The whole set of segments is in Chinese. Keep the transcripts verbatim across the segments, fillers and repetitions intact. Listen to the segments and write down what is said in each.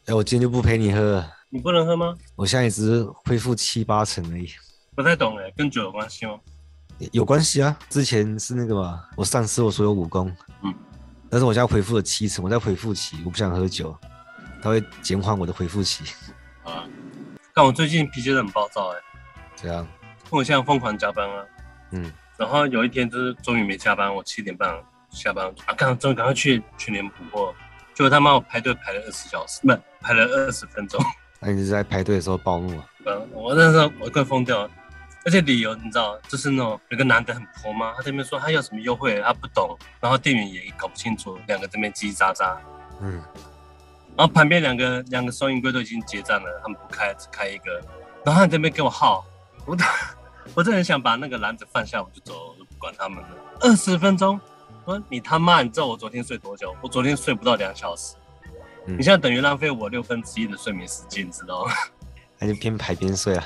哎，我今天就不陪你喝了， 你不能喝吗？ 我现在只是恢复七八成而已。 不太懂哎，跟酒有关系吗？ 有关系啊，之前是那个嘛，我丧失我所有武功， 嗯。 但是我现在恢复了七成，我在恢复期，我不想喝酒，它会减缓我的恢复期。 好啊。但我最近脾气都很暴躁哎， 这样， 我现在疯狂加班啊。 嗯， 然后有一天就是终于没加班，我七点半下班啊，赶终于赶快去全联补货，结果他妈我排队排了二十小时，不排了二十分钟。 那你是在排队的时候暴怒啊？ 嗯，我那时候我快疯掉了，而且理由你知道，就是那种有个男的很婆妈，他这边说他有什么优惠，他不懂，然后店员也搞不清楚，两个这边叽叽喳喳。 嗯， 然后旁边两个两个收银柜都已经结账了，他们不开，只开一个。然后他这边给我耗，我我真的很想把那个篮子放下，我就走，我就不管他们了。二十分钟，我说你他妈，你知道我昨天睡多久？我昨天睡不到两小时， 嗯你现在等于浪费我六分之一的睡眠时间，你知道吗？ 那就边排边睡啊。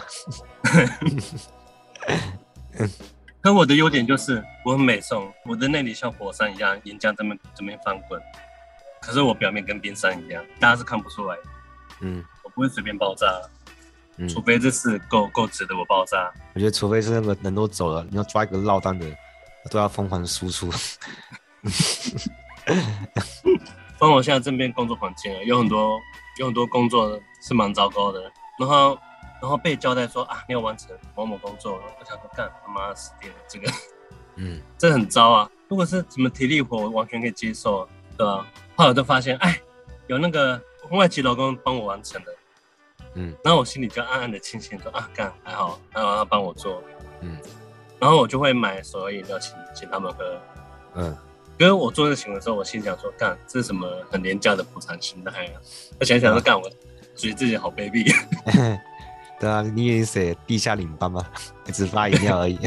可我的优点就是我很美颂，我的内里像火山一样，岩浆这边这边翻滚，可是我表面跟冰山一样，大家是看不出来的。 嗯我不会随便爆炸。 嗯， 除非这事够够值得我爆炸。 我觉得除非是那个人都走了，你要抓一个落单的，都要疯狂输出。 反正我现在这边工作环境啊，有很多有很多工作是蛮糟糕的，然后然后被交代说啊，你要完成某某工作，我想说干他妈死定了，这个嗯， 这很糟啊。如果是什么体力活，我完全可以接受，对吧？后来我就发现，哎，有那个外籍劳工帮我完成的。 嗯， 然后我心里就暗暗的庆幸说啊，干还好，还好他帮我做， 嗯， 然后我就会买手摇饮料请请他们喝。 嗯， 因为我做这个行为的时候，我心想说，干这是什么很廉价的补偿心态啊？我想想说，干我觉得自己好卑鄙。 对啊，你以为是谁地下领班吗？只发饮料而已。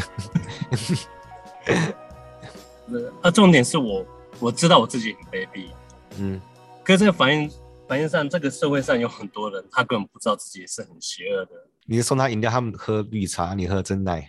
啊，重点是我我知道我自己很卑鄙， 嗯， 可是这个反映反映上，这个社会上有很多人，他根本不知道自己是很邪恶的。 你送他饮料，他们喝绿茶，你喝真奶。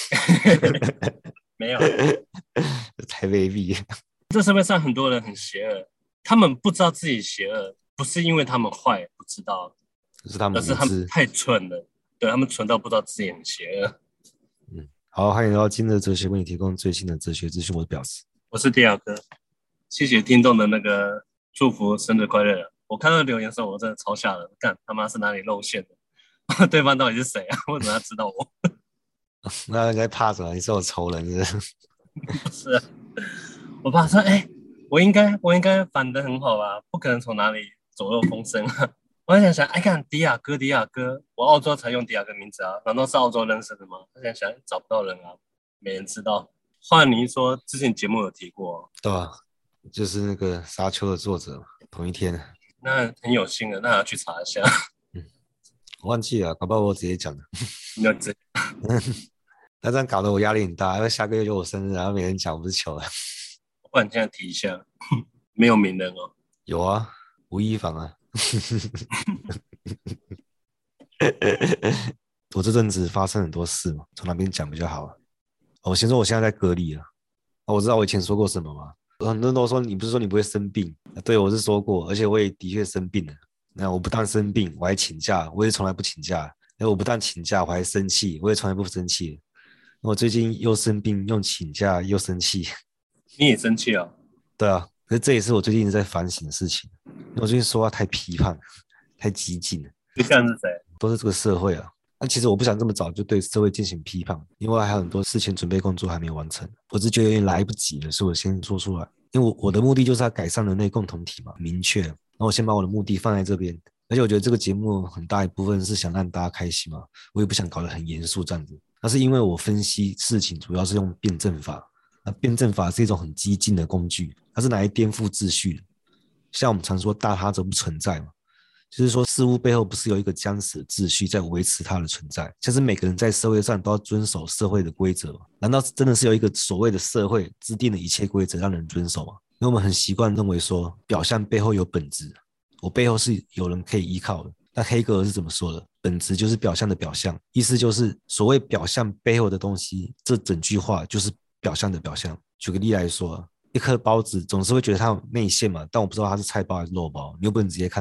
没有， 太卑鄙。 这社会上很多人很邪恶，他们不知道自己邪恶，不是因为他们坏不知道， 就是他们而是无知。 他们太蠢了，对他们蠢到不知道自己很邪恶。 嗯，好，欢迎来到今日的哲学，为你提供最新的哲学资讯。我是表示， 我是迪亚哥，谢谢听众的那个祝福，生日快乐！我看到留言的时候，我真的超吓人，干他妈是哪里露馅的？对方到底是谁啊？为什么要知道我？ 那你在怕什么？你是我仇人是不是？ 不是啊，我爸说，哎、欸，我应该我应该反得很好吧？不可能从哪里走漏风声啊！我还想想，哎，看迪亚哥，迪亚哥，我澳洲才用迪亚哥名字啊，难道是澳洲认识的吗？我想想，找不到人啊，没人知道。话你说之前节目有提过， 对啊，就是那个沙丘的作者，同一天。 那很有幸的，那还要去查一下。 嗯，我忘记了，搞不好我直接讲的。 没有这， 那这样搞得我压力很大，因为下个月就我生日，然后没人讲，我不是糗了。 不然你现在提一下，没有名人哦。 有啊，吴亦凡啊。我这阵子发生很多事嘛，从哪边讲比较好啊？我先说我现在在隔离了。我知道我以前说过什么吗？很多人都说你不是说你不会生病，对，我是说过，而且我也的确生病了。那我不但生病，我还请假，我也从来不请假。那我不但请假，我还生气，我也从来不生气。我最近又生病，又请假，又生气。 你也生气啊？ 对啊，可是这也是我最近一直在反省的事情。因为我最近说话太批判，太激进了。 对象是谁？ 都是这个社会啊。那其实我不想这么早就对社会进行批判，因为还有很多事情准备工作还没有完成，我只觉得有点来不及了，所以我先说出来。因为 我, 我的目的就是要改善人类共同体嘛，明确。那我先把我的目的放在这边，而且我觉得这个节目很大一部分是想让大家开心嘛，我也不想搞得很严肃这样子。那是因为我分析事情主要是用辩证法，那辩证法是一种很激进的工具，它是拿来颠覆秩序的。像我们常说大他者不存在嘛，就是说事物背后不是有一个僵死的秩序在维持它的存在，像是每个人在社会上都要遵守社会的规则吗？难道真的是有一个所谓的社会制定的一切规则让人遵守吗？因为我们很习惯认为说表象背后有本质，我背后是有人可以依靠的。那黑格尔是怎么说的？本质就是表象的表象，意思就是所谓表象背后的东西，这整句话就是表象的表象。举个例来说，一颗包子总是会觉得它有内馅嘛，但我不知道它是菜包还是肉包，你又不能直接看到，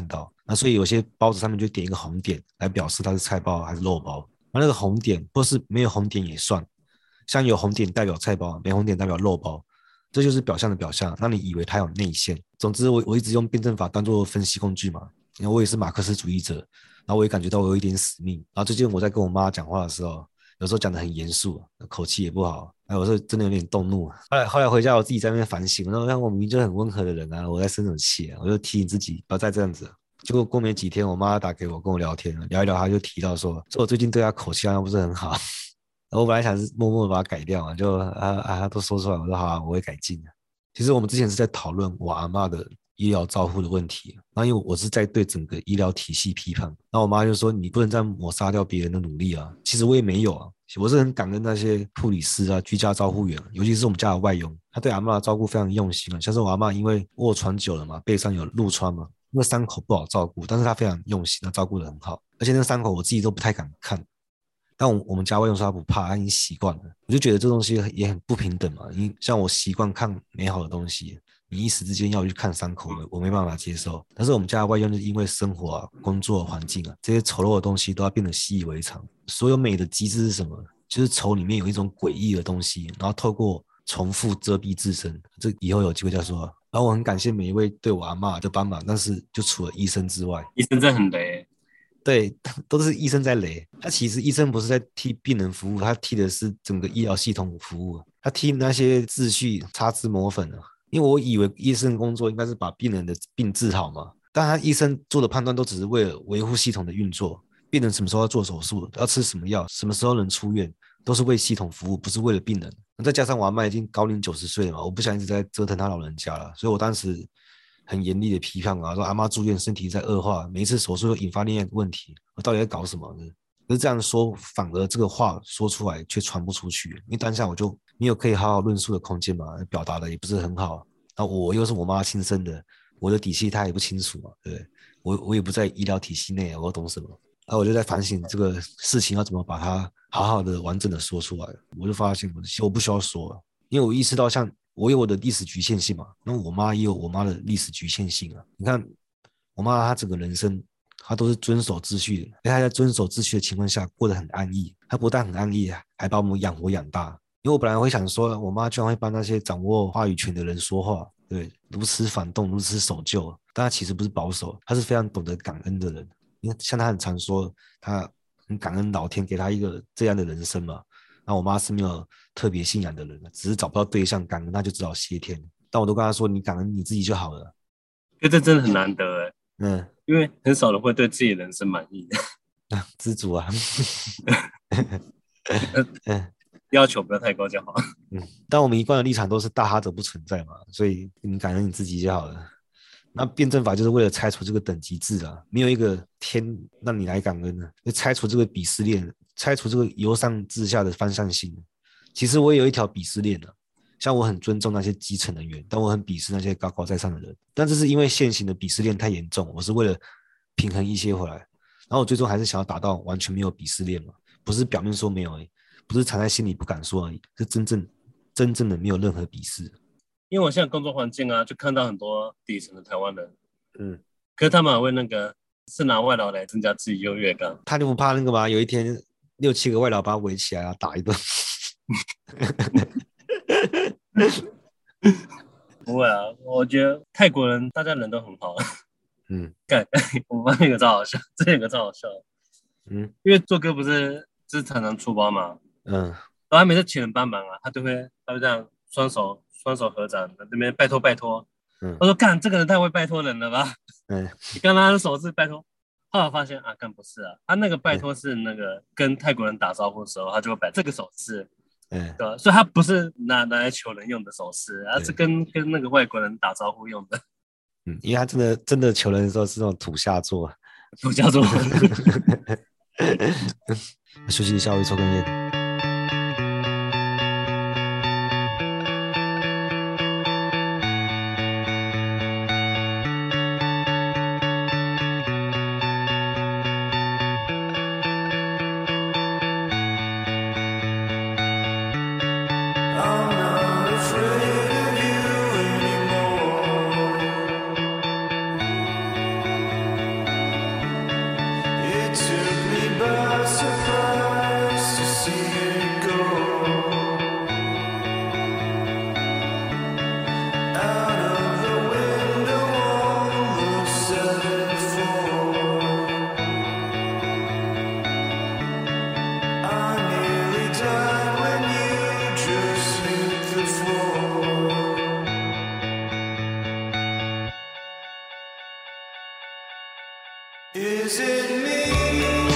那所以有些包子上面就点一个红点来表示它是菜包还是肉包。那那个红点或是没有红点也算，像有红点代表菜包，没红点代表肉包，这就是表象的表象，让你以为它有内馅。总之我，我一直用辩证法当做分析工具嘛，因为我也是马克思主义者，然后我也感觉到我有一点使命。然后最近我在跟我妈讲话的时候，有时候讲得很严肃，口气也不好，哎，我是真的有点动怒。后来后来回家，我自己在那边反省，我说，我明明就很温和的人啊，我在生什么气啊？我就提醒自己不要再这样子了。结果过没几天，我妈打给我跟我聊天，聊一聊，她就提到说，说我最近对她口气好像不是很好。然后我本来想是默默把它改掉嘛，就啊啊，她都说出来，我说好啊，我会改进的。其实我们之前是在讨论我阿嬷的医疗照护的问题，然后因为我是在对整个医疗体系批判，然后我妈就说你不能再抹杀掉别人的努力啊。其实我也没有啊，我是很感恩那些护理师啊、居家照护员，尤其是我们家的外佣，他对阿嬷的照顾非常用心啊。像是我阿嬷因为卧床久了嘛，背上有褥疮嘛，那个伤口不好照顾，但是他非常用心，他照顾得很好，而且那个伤口我自己都不太敢看。但我我们家外用说他不怕，他已经习惯了。我就觉得这东西也很不平等嘛。因为像我习惯看美好的东西，你一时之间要我去看伤口，我没办法接受。但是我们家的外用就是因为生活啊、工作环境啊，这些丑陋的东西都要变得习以为常。所有美的机制是什么？就是丑里面有一种诡异的东西，然后透过重复遮蔽自身。这以后有机会再说。然后我很感谢每一位对我阿嬷的帮忙，但是就除了医生之外， 医生真的很雷。 对，都是医生在雷。他其实医生不是在替病人服务，他替的是整个医疗系统服务，他替那些秩序擦脂抹粉啊。因为我以为医生工作应该是把病人的病治好嘛，但他医生做的判断都只是为了维护系统的运作。病人什么时候要做手术，要吃什么药，什么时候能出院，都是为系统服务，不是为了病人。再加上我阿嬷已经高龄九十岁了嘛，我不想一直在折腾他老人家了，所以我当时很严厉的批判啊，说阿嬷住院身体在恶化，每一次手术都引发另外一个问题，我到底在搞什么呢？可是这样说，反而这个话说出来却传不出去，因为当下我就没有可以好好论述的空间嘛，表达的也不是很好。那我又是我妈亲生的，我的底细她也不清楚嘛，对不对？我我也不在医疗体系内，我懂什么？啊，我就在反省这个事情要怎么把它好好的、完整的说出来。我就发现我我不需要说了，因为我意识到，像我有我的历史局限性嘛，那我妈也有我妈的历史局限性啊。你看，我妈她整个人生，她都是遵守秩序的，而她在遵守秩序的情况下过得很安逸。她不但很安逸，还把我们养活养大。因为我本来会想说，我妈居然会帮那些掌握话语权的人说话，对，如此反动，如此守旧。但她其实不是保守，她是非常懂得感恩的人。因为像她很常说，她很感恩老天给她一个这样的人生嘛。那我妈是没有特别信仰的人，只是找不到对象，感恩她就只好谢天。但我都跟她说，你感恩你自己就好了。 因为这真的很难得哎。 嗯， 因为很少人会对自己的人生满意的。 啊，知足啊。嗯要求不要太高就好。 嗯，但我们一贯的立场都是大哈者不存在嘛，所以你感恩你自己就好了。那辩证法就是为了拆除这个等级制啊，没有一个天让你来感恩呢，就拆除这个鄙视链，拆除这个由上至下的方向性。其实我也有一条鄙视链啊，像我很尊重那些基层人员，但我很鄙视那些高高在上的人。但这是因为现行的鄙视链太严重，我是为了平衡一些回来，然后我最终还是想要达到完全没有鄙视链嘛，不是表面说没有而已，不是藏在心里不敢说而已，是真正真正的没有任何鄙视。 因为我现在工作环境啊，就看到很多底层的台湾人， 嗯， 可是他们还会那个是拿外劳来增加自己优越感。 他就不怕那个吗？有一天六七个外劳把他围起来，打一顿。 不会啊，我觉得泰国人大家人都很好。 嗯， 干，我发现有个超好笑，这有个超好笑。 嗯， 因为做哥不是就是常常出包嘛， 嗯， 然后他每次请人帮忙啊，他都会他会这样双手双手合掌，在那边拜托拜托。 嗯， 他说干，这个人太会拜托人了吧？ 嗯， 你看他的手势拜托，后来发现啊，干不是啊，他那个拜托是那个跟泰国人打招呼的时候，他就会摆这个手势。 嗯， 对吧？所以他不是拿拿来求人用的手势，而是跟跟那个外国人打招呼用的。 嗯，因为他真的真的求人的时候是那种土下座。 土下座。 休息一下，我去抽根烟。 Is it me?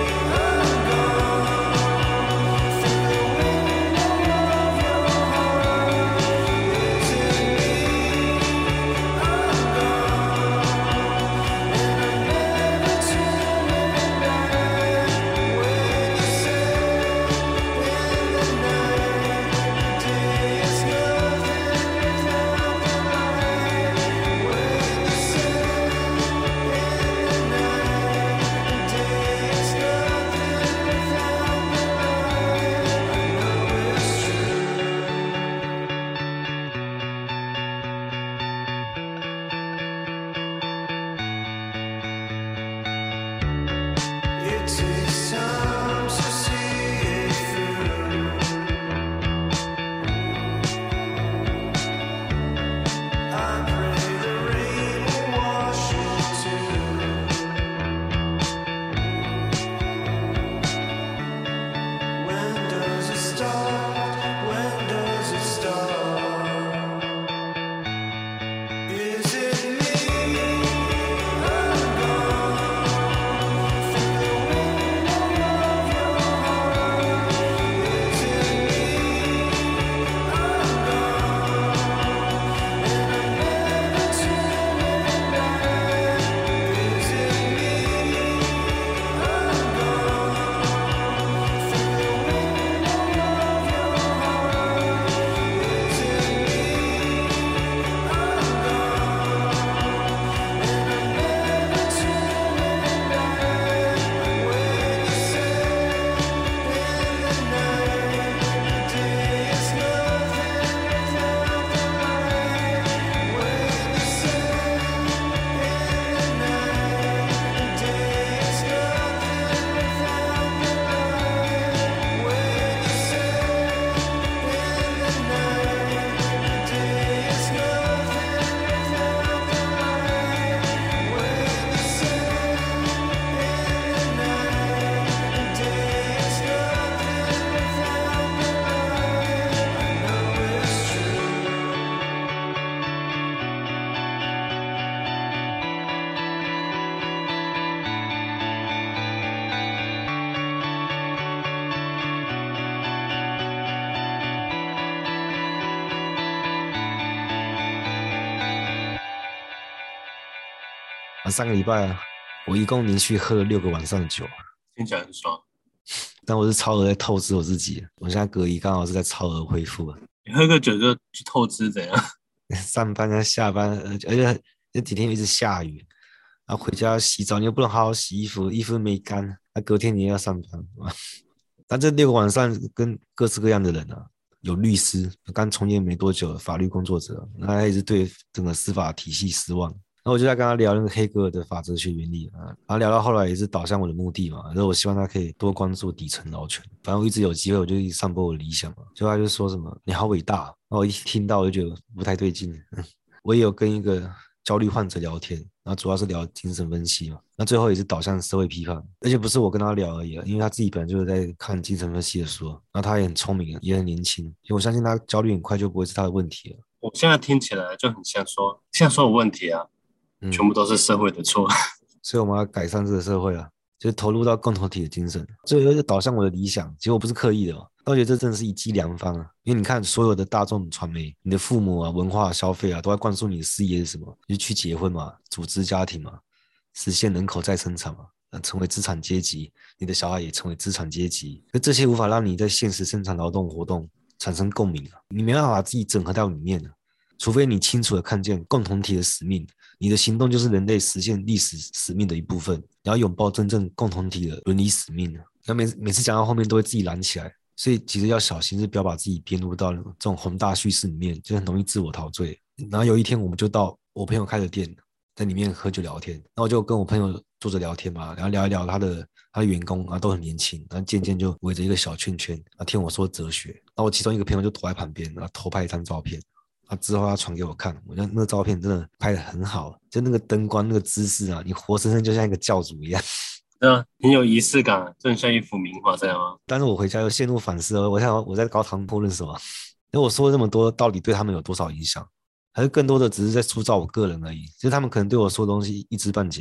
上个礼拜啊，我一共连续喝了六个晚上的酒， 听起来很爽。 但我是超额在透支我自己，我现在隔离刚好是在超额恢复啊。 你喝个酒就去透支怎样？ 上班跟下班，而且这几天一直下雨，然后回家要洗澡，你又不能好好洗衣服，衣服没干，那隔天你也要上班。但这六个晚上跟各式各样的人啊，有律师，刚从业没多久的法律工作者，那他一直对整个司法体系失望。然后我就在跟他聊那个黑格尔的法则学原理啊，然后聊到后来也是导向我的目的嘛，然后我希望他可以多关注底层劳权。反正我一直有机会，我就一直散播我的理想嘛。结果他就说什么你好伟大，然后我一听到我就觉得不太对劲。我也有跟一个焦虑患者聊天，然后主要是聊精神分析嘛，那最后也是导向社会批判，而且不是我跟他聊而已，因为他自己本来就是在看精神分析的书，然后他也很聪明，也很年轻，所以我相信他焦虑很快就不会是他的问题了。 我现在听起来就很像说，现在所有问题啊，嗯、全部都是社会的错， 所以我们要改善这个社会啊，就是投入到共同体的精神，最后就导向我的理想，结果不是刻意的哦。我觉得这真的是一剂良方啊，因为你看所有的大众传媒，你的父母啊、文化消费啊，都在灌输你的事业是什么？就是去结婚嘛，组织家庭嘛，实现人口再生产嘛，成为资产阶级，你的小孩也成为资产阶级，可这些无法让你在现实生产劳动活动产生共鸣啊，你没办法把自己整合到里面啊，除非你清楚的看见共同体的使命，你的行动就是人类实现历史使命的一部分，你要拥抱真正共同体的伦理使命啊。那每每次讲到后面都会自己燃起来。所以其实要小心，是不要把自己编入到这种宏大叙事里面，就很容易自我陶醉。然后有一天，我们就到我朋友开的店，在里面喝酒聊天。然后我就跟我朋友坐着聊天嘛，然后聊一聊他的他的员工啊，都很年轻，然后渐渐就围着一个小圈圈，啊，听我说哲学。然后我其中一个朋友就躲在旁边，然后偷拍一张照片。啊，之后他传给我看，我觉得那个照片真的拍得很好，就那个灯光、那个姿势啊，你活生生就像一个教主一样。 对啊，很有仪式感，就很像一幅名画这样吗？ 但是我回家又陷入反思了，我想我在高堂讨论什么？因为我说了这么多，到底对他们有多少影响？还是更多的只是在塑造我个人而已？就是他们可能对我说的东西一知半解嘛，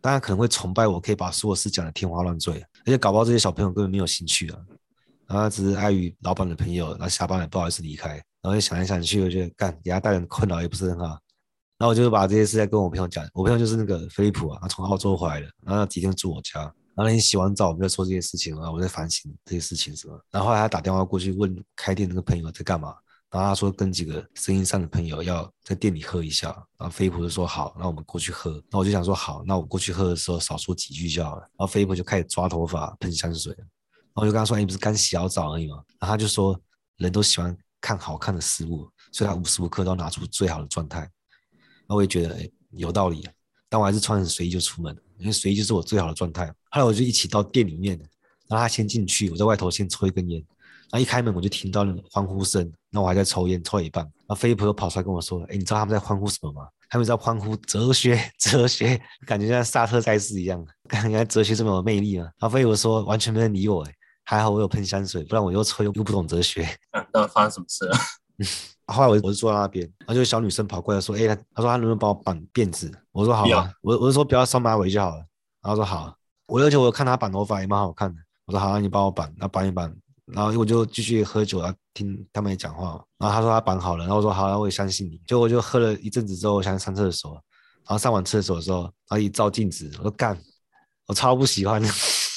大家可能会崇拜我可以把所有事讲得天花乱坠，而且搞不好这些小朋友根本没有兴趣啊，然后他只是碍于老板的朋友，然后下班也不好意思离开，然后就想来想去，我觉得干给他带人困扰也不是很好。然后我就把这些事再跟我朋友讲，我朋友就是那个飞利浦啊，他从澳洲回来的，然后他几天住我家，然后那天洗完澡我们在说这些事情，然后我在反省这些事情什么，然后后来他打电话过去问开店那个朋友在干嘛，然后他说跟几个生意上的朋友要在店里喝一下，然后飞利浦就说好，那我们过去喝，那我就想说好，那我过去喝的时候少说几句就好了，然后飞利浦就开始抓头发喷香水，然后我就跟他说，你不是刚洗好澡而已吗？然后他就说人都喜欢看好看的事物，所以他无时无刻都要拿出最好的状态。那我也觉得、欸、有道理，但我还是穿很随意就出门了，因为随意就是我最好的状态。后来我就一起到店里面，然后他先进去，我在外头先抽一根烟，然后一开门我就听到那个欢呼声，那我还在抽烟，抽了一半，然后飞利浦又跑出来跟我说：“哎、欸，你知道他们在欢呼什么吗？他们在欢呼哲学，哲学，感觉像萨特在世一样，原来哲学这么有魅力啊！”然后飞利浦说完全没人理我、欸，还好我有喷香水，不然我又抽又不懂哲学。 啊，到底发生什么事了？ 后来我我就坐在那边，然后就有小女生跑过来说：“哎、欸，他说他能不能帮我绑辫子？”我说：“好啊。”我我就说不要双马尾就好了。然后说好，我而且我看他绑头发也蛮好看的。我说好，那你帮我绑，那绑一绑。然后我就继续喝酒，然后听他们讲话。然后他说他绑好了，然后我说好，那我也相信你。结果我就喝了一阵子之后，我想上厕所，然后上完厕所的时候，然后一照镜子，我说干，我超不喜欢的。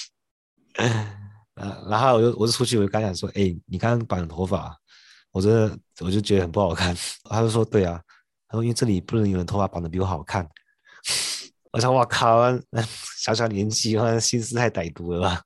然后我就我就出去，我就跟他讲说：“哎、欸，你刚刚绑头发。”我真的我就觉得很不好看，他就说对啊，他说因为这里不能有人头发绑得比我好看。我想哇靠，小小年纪，心思太歹毒了吧。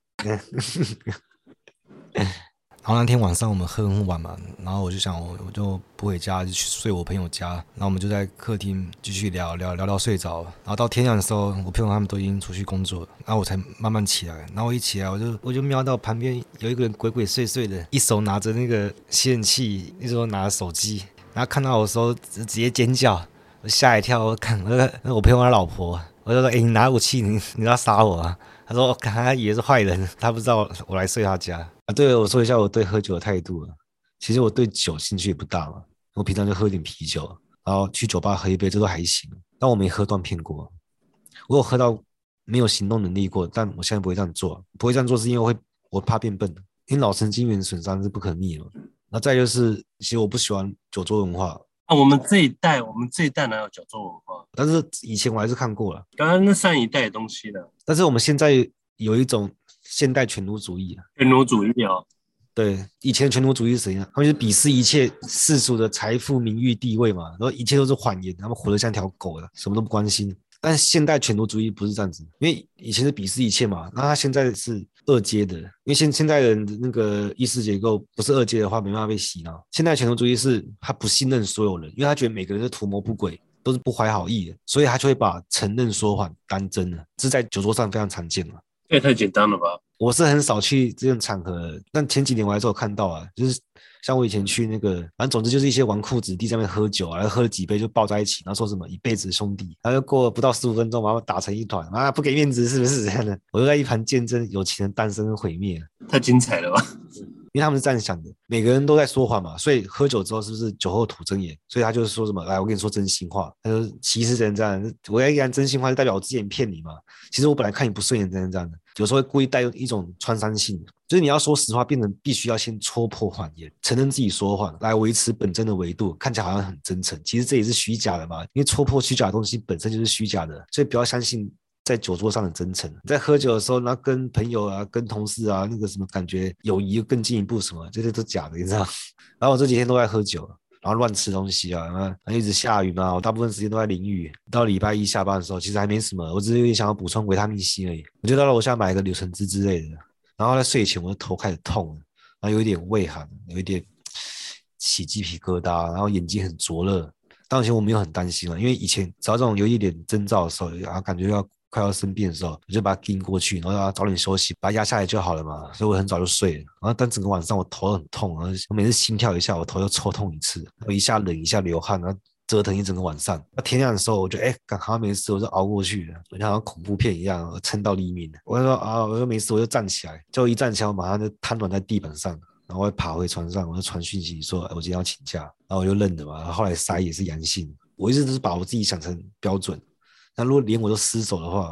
然后那天晚上我们喝很晚嘛，然后我就想我我就不回家，就去睡我朋友家。然后我们就在客厅继续聊聊聊到睡着。然后到天亮的时候，我朋友他们都已经出去工作了，然后我才慢慢起来。然后我一起来，我就我就瞄到旁边有一个人鬼鬼祟祟的，一手拿着那个吸尘器，一手拿着手机。然后看到我的时候直接尖叫，我吓一跳。我看那个那我朋友他老婆，我就说：“哎、欸，你拿武器，你你要杀我啊？”他说：“他以为是坏人，他不知道我来睡他家。”啊，对，我说一下我对喝酒的态度了。其实我对酒兴趣也不大嘛，我平常就喝点啤酒，然后去酒吧喝一杯，这都还行。但我没喝断片过，我有喝到没有行动能力过，但我现在不会这样做。不会这样做是因为我会我怕变笨，因为脑神经元损伤是不可逆的。那再就是，其实我不喜欢酒桌文化。 啊，我们这一代，我们这一代哪有酒桌文化？ 但是以前我还是看过了， 刚刚那上一代的东西的。 但是我们现在有一种现代犬奴主义啊， 犬奴主义哦。 对，以前犬奴主义是怎样？他们就鄙视一切世俗的财富、名誉、地位嘛，然后一切都是谎言，他们活得像条狗的，什么都不关心。但现代犬奴主义不是这样子，因为以前是鄙视一切嘛，那他现在是二阶的，因为现现在人的那个意识结构不是二阶的话，没办法被洗脑。现代犬奴主义是他不信任所有人，因为他觉得每个人都图谋不轨，都是不怀好意的，所以他就会把承认说谎当真了，这在酒桌上非常常见嘛。 这也太简单了吧！ 我是很少去这种场合，但前几年我还是有看到啊，就是像我以前去那个，反正总之就是一些纨绔子弟在那边喝酒啊，然后喝了几杯就抱在一起，然后说什么一辈子兄弟，然后过了不到十五分钟，然后打成一团啊，不给面子是不是这样的？我就在一旁见证有情人诞生跟毁灭， 太精彩了吧！ 因为他们是这样想的，每个人都在说谎嘛，所以喝酒之后是不是酒后吐真言？所以他就是说什么，来，我跟你说真心话。他说其实人这样，我要讲真心话，就代表我之前骗你嘛。其实我本来看你不顺眼，这样这样的，有时候会故意带有一种穿山性，就是你要说实话，变成必须要先戳破谎言，承认自己说谎，来维持本真的维度，看起来好像很真诚，其实这也是虚假的嘛。因为戳破虚假的东西本身就是虚假的，所以不要相信在酒桌上的真诚，在喝酒的时候，那跟朋友啊、跟同事啊，那个什么感觉友谊更进一步什么，这些都假的，你知道？然后我这几天都在喝酒，然后乱吃东西啊，然后一直下雨嘛，我大部分时间都在淋雨。到礼拜一下班的时候，其实还没什么，我只是有点想要补充维他命 C 而已。我就到楼下买一个柳橙汁之类的，然后在睡前我的头开始痛了，然后有一点畏寒，有一点起鸡皮疙瘩，然后眼睛很灼热。当时我没有很担心嘛，因为以前只要这种有一点征兆的时候，然后感觉要快要生病的时候，我就把它盯过去，然后让它早点休息，把它压下来就好了嘛。所以我很早就睡了，然后但整个晚上我头很痛，然后我每次心跳一下，我头又抽痛一次，我一下冷一下流汗，然后折腾一整个晚上。那天亮的时候，我就哎，刚好没事，我就熬过去了，我就好像恐怖片一样，我撑到黎明。我就说啊，我说没事，我就站起来，就一站起来，我马上就瘫软在地板上。然后我爬回船上，我就传讯息说，我今天要请假，然后我就认了嘛。然后后来筛也是阳性，我一直都是把我自己想成标准。那如果连我都失手的话，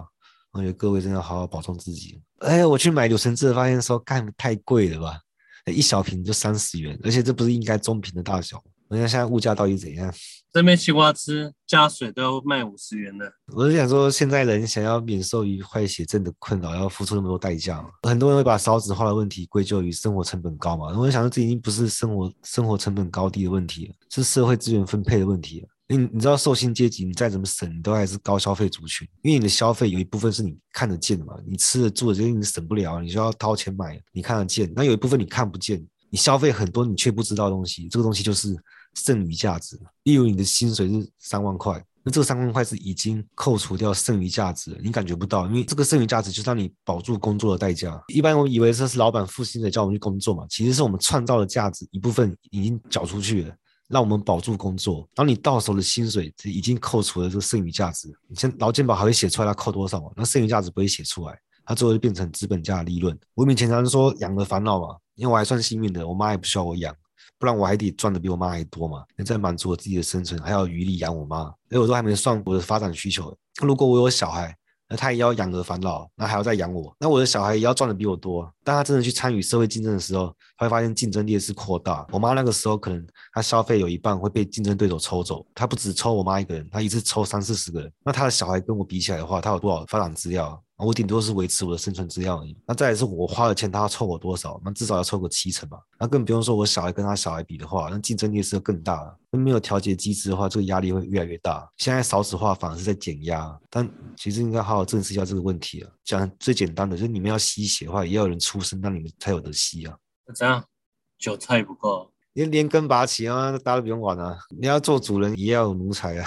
我觉得各位真的要好好保重自己。哎，我去买柳橙汁，发现说干太贵了吧，一小瓶就三十元，而且这不是应该中瓶的大小。我想现在物价到底怎样？ 这边西瓜汁加水都要卖五十元的。 我是想说，现在人想要免受于坏血症的困扰，要付出那么多代价嘛。很多人会把少子化的问题归咎于生活成本高嘛。我就想说，这已经不是生活生活成本高低的问题了，是社会资源分配的问题了。你你知道，受薪阶级你再怎么省，你都还是高消费族群，因为你的消费有一部分是你看得见的嘛，你吃的住的这些你省不了，你就要掏钱买，你看得见。那有一部分你看不见，你消费很多你却不知道的东西，这个东西就是剩余价值。例如你的薪水是三万块，那这个三万块是已经扣除掉剩余价值了，你感觉不到，因为这个剩余价值就是让你保住工作的代价。一般我以为这是老板付薪水叫我们去工作嘛，其实是我们创造的价值一部分已经缴出去了，让我们保住工作。然后你到手的薪水已经扣除了这个剩余价值，你像劳健保还会写出来它扣多少嘛，那剩余价值不会写出来，它最后就变成资本价的利润。我以前常说养儿烦恼嘛，因为我还算幸运的，我妈也不需要我养，不然我还得赚的比我妈还多嘛，再满足我自己的生存，还要余力养我妈，所以我都还没算我的发展需求。如果我有小孩，那他也要养儿烦恼，那还要再养我，那我的小孩也要赚的比我多。当他真的去参与社会竞争的时候，他会发现竞争劣势扩大。我妈那个时候可能她消费有一半会被竞争对手抽走，她不只抽我妈一个人，她一次抽三四十个人。那她的小孩跟我比起来的话，她有多少发展资料？我顶多是维持我的生存资料而已。那再来是我花的钱，他要凑我多少？那至少要凑个七成吧。那更不用说我小孩跟他小孩比的话，那竞争劣势更大了。那没有调节机制的话，这个压力会越来越大。现在少子化反而是在减压，但其实应该好好正视一下这个问题啊。讲最简单的，就是你们要吸血的话，也要有人出生，那你们才有得吸啊。 这样韭菜不够， 连连根拔起啊，大家都不用玩啊。你要做主人，也要有奴才啊。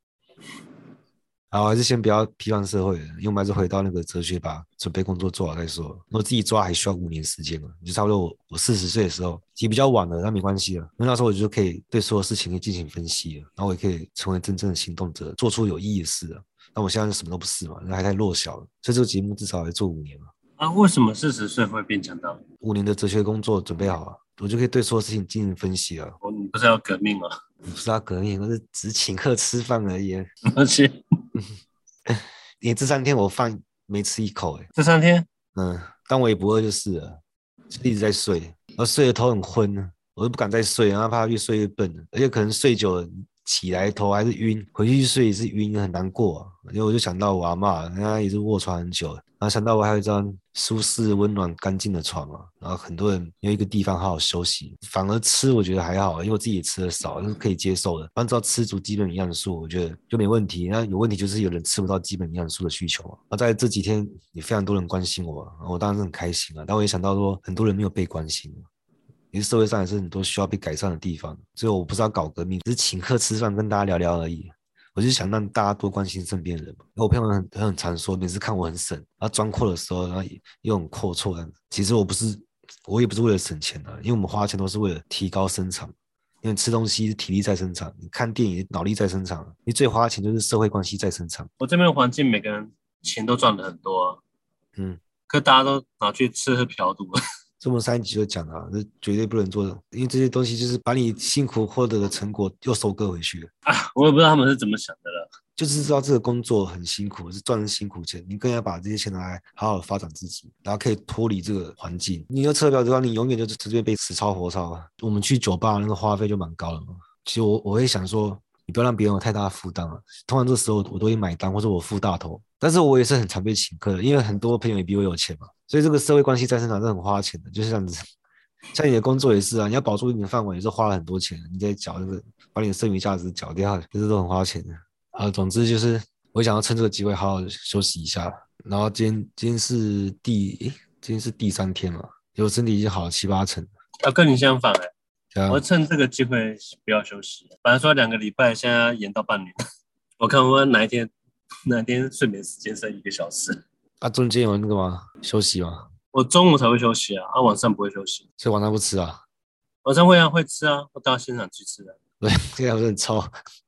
好，还是先不要批判社会了，因为我们还是回到那个哲学，把准备工作做好再说。我自己抓还需要五年时间嘛，就差不多我我四十岁的时候，其实比较晚了，但没关系了，因为那时候我就可以对所有事情可以进行分析了，然后我也可以成为真正的行动者，做出有意义的事了。那我现在什么都不是嘛，那还太弱小了，所以这个节目至少还做五年嘛。 啊，为什么四十岁会变强大？ 五年的哲学工作准备好啊，我就可以对所有事情进行分析了。 哦，你不是要革命吗？ 你不是要革命，我是只请客吃饭而已。 而且连这三天我饭没吃一口、欸， 这三天， 嗯，但我也不饿就是了，就一直在睡，然后睡得头很昏呢，我就不敢再睡，然后怕越睡越笨，而且可能睡久了起来头还是晕，回去睡也是晕，很难过啊。因为我就想到我阿嬷，人家也是卧床很久，然后想到我还有一张舒适、温暖、干净的床嘛，然后很多人有一个地方好好休息，反而吃我觉得还好，因为我自己也吃的少，是可以接受的。按照吃足基本营养素，我觉得就没问题。那有问题就是有人吃不到基本营养素的需求嘛。那在这几天也非常多人关心我，我当然是很开心啊，但我也想到说很多人没有被关心。其实社会上也是很多需要被改善的地方，所以我不是要搞革命，只是请客吃饭跟大家聊聊而已。我就想让大家多关心身边人嘛。我朋友很很常说，每次看我很省，然后装阔的时候，然后又很阔绰的。其实我不是，我也不是为了省钱的、啊，因为我们花钱都是为了提高生产。因为吃东西是体力在生产，你看电影脑力在生产，你最花钱就是社会关系在生产。 我这边的环境每个人钱都赚的很多、啊， 嗯， 可大家都拿去吃喝嫖赌了。 这么上一集就讲啊，这绝对不能做的，因为这些东西就是把你辛苦获得的成果又收割回去了啊！我也不知道他们是怎么想的了。 就是知道这个工作很辛苦，是赚辛苦钱，你更要把这些钱拿来好好的发展自己，然后可以脱离这个环境。你要车票的话，你永远就是直接被死抄活抄啊。我们去酒吧那个花费就蛮高的嘛。其实我我会想说，你不要让别人有太大的负担了。通常这时候我都会买单，或者我付大头。但是我也是很常被请客的，因为很多朋友也比我有钱嘛，所以这个社会关系在生产是很花钱的，就是这样子。像你的工作也是啊，你要保住你的饭碗也是花了很多钱，你在缴这个，把你的剩余价值缴掉，就是都很花钱的。啊，总之就是我想要趁这个机会好好休息一下。然后今天今天是第诶，今天是第三天嘛，我身体已经好了七八成。 要跟你相反哎、 欸， 我趁这个机会不要休息。本来说两个礼拜，现在延到半年。我看我哪一天哪一天睡眠时间剩一个小时。 啊，中间有那个吗？休息吗？ 我中午才会休息啊，啊晚上不会休息。 所以晚上不吃啊？ 晚上会啊，会吃啊，我到现场去吃啊。 对，这样不是很臭？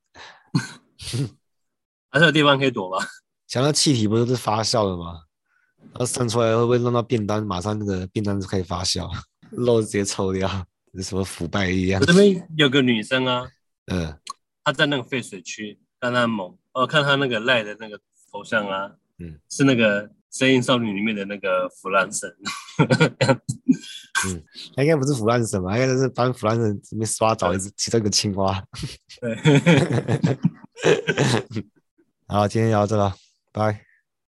还是有地方可以躲吧？ 想到气体不是发酵了吗？然后散出来会不会弄到便当？马上那个便当就可以发酵，肉直接抽掉，是什么腐败一样？ 我这边有个女生啊， 嗯， 她在那个废水区，看她猛，哦，看她那个赖的那个头像啊， 嗯是那个《声音少女》里面的那个腐烂神。 嗯，他应该不是腐烂神吧？应该就是帮腐烂神这边刷澡，一直其中一个青蛙。 对， 好，今天聊到这了，拜。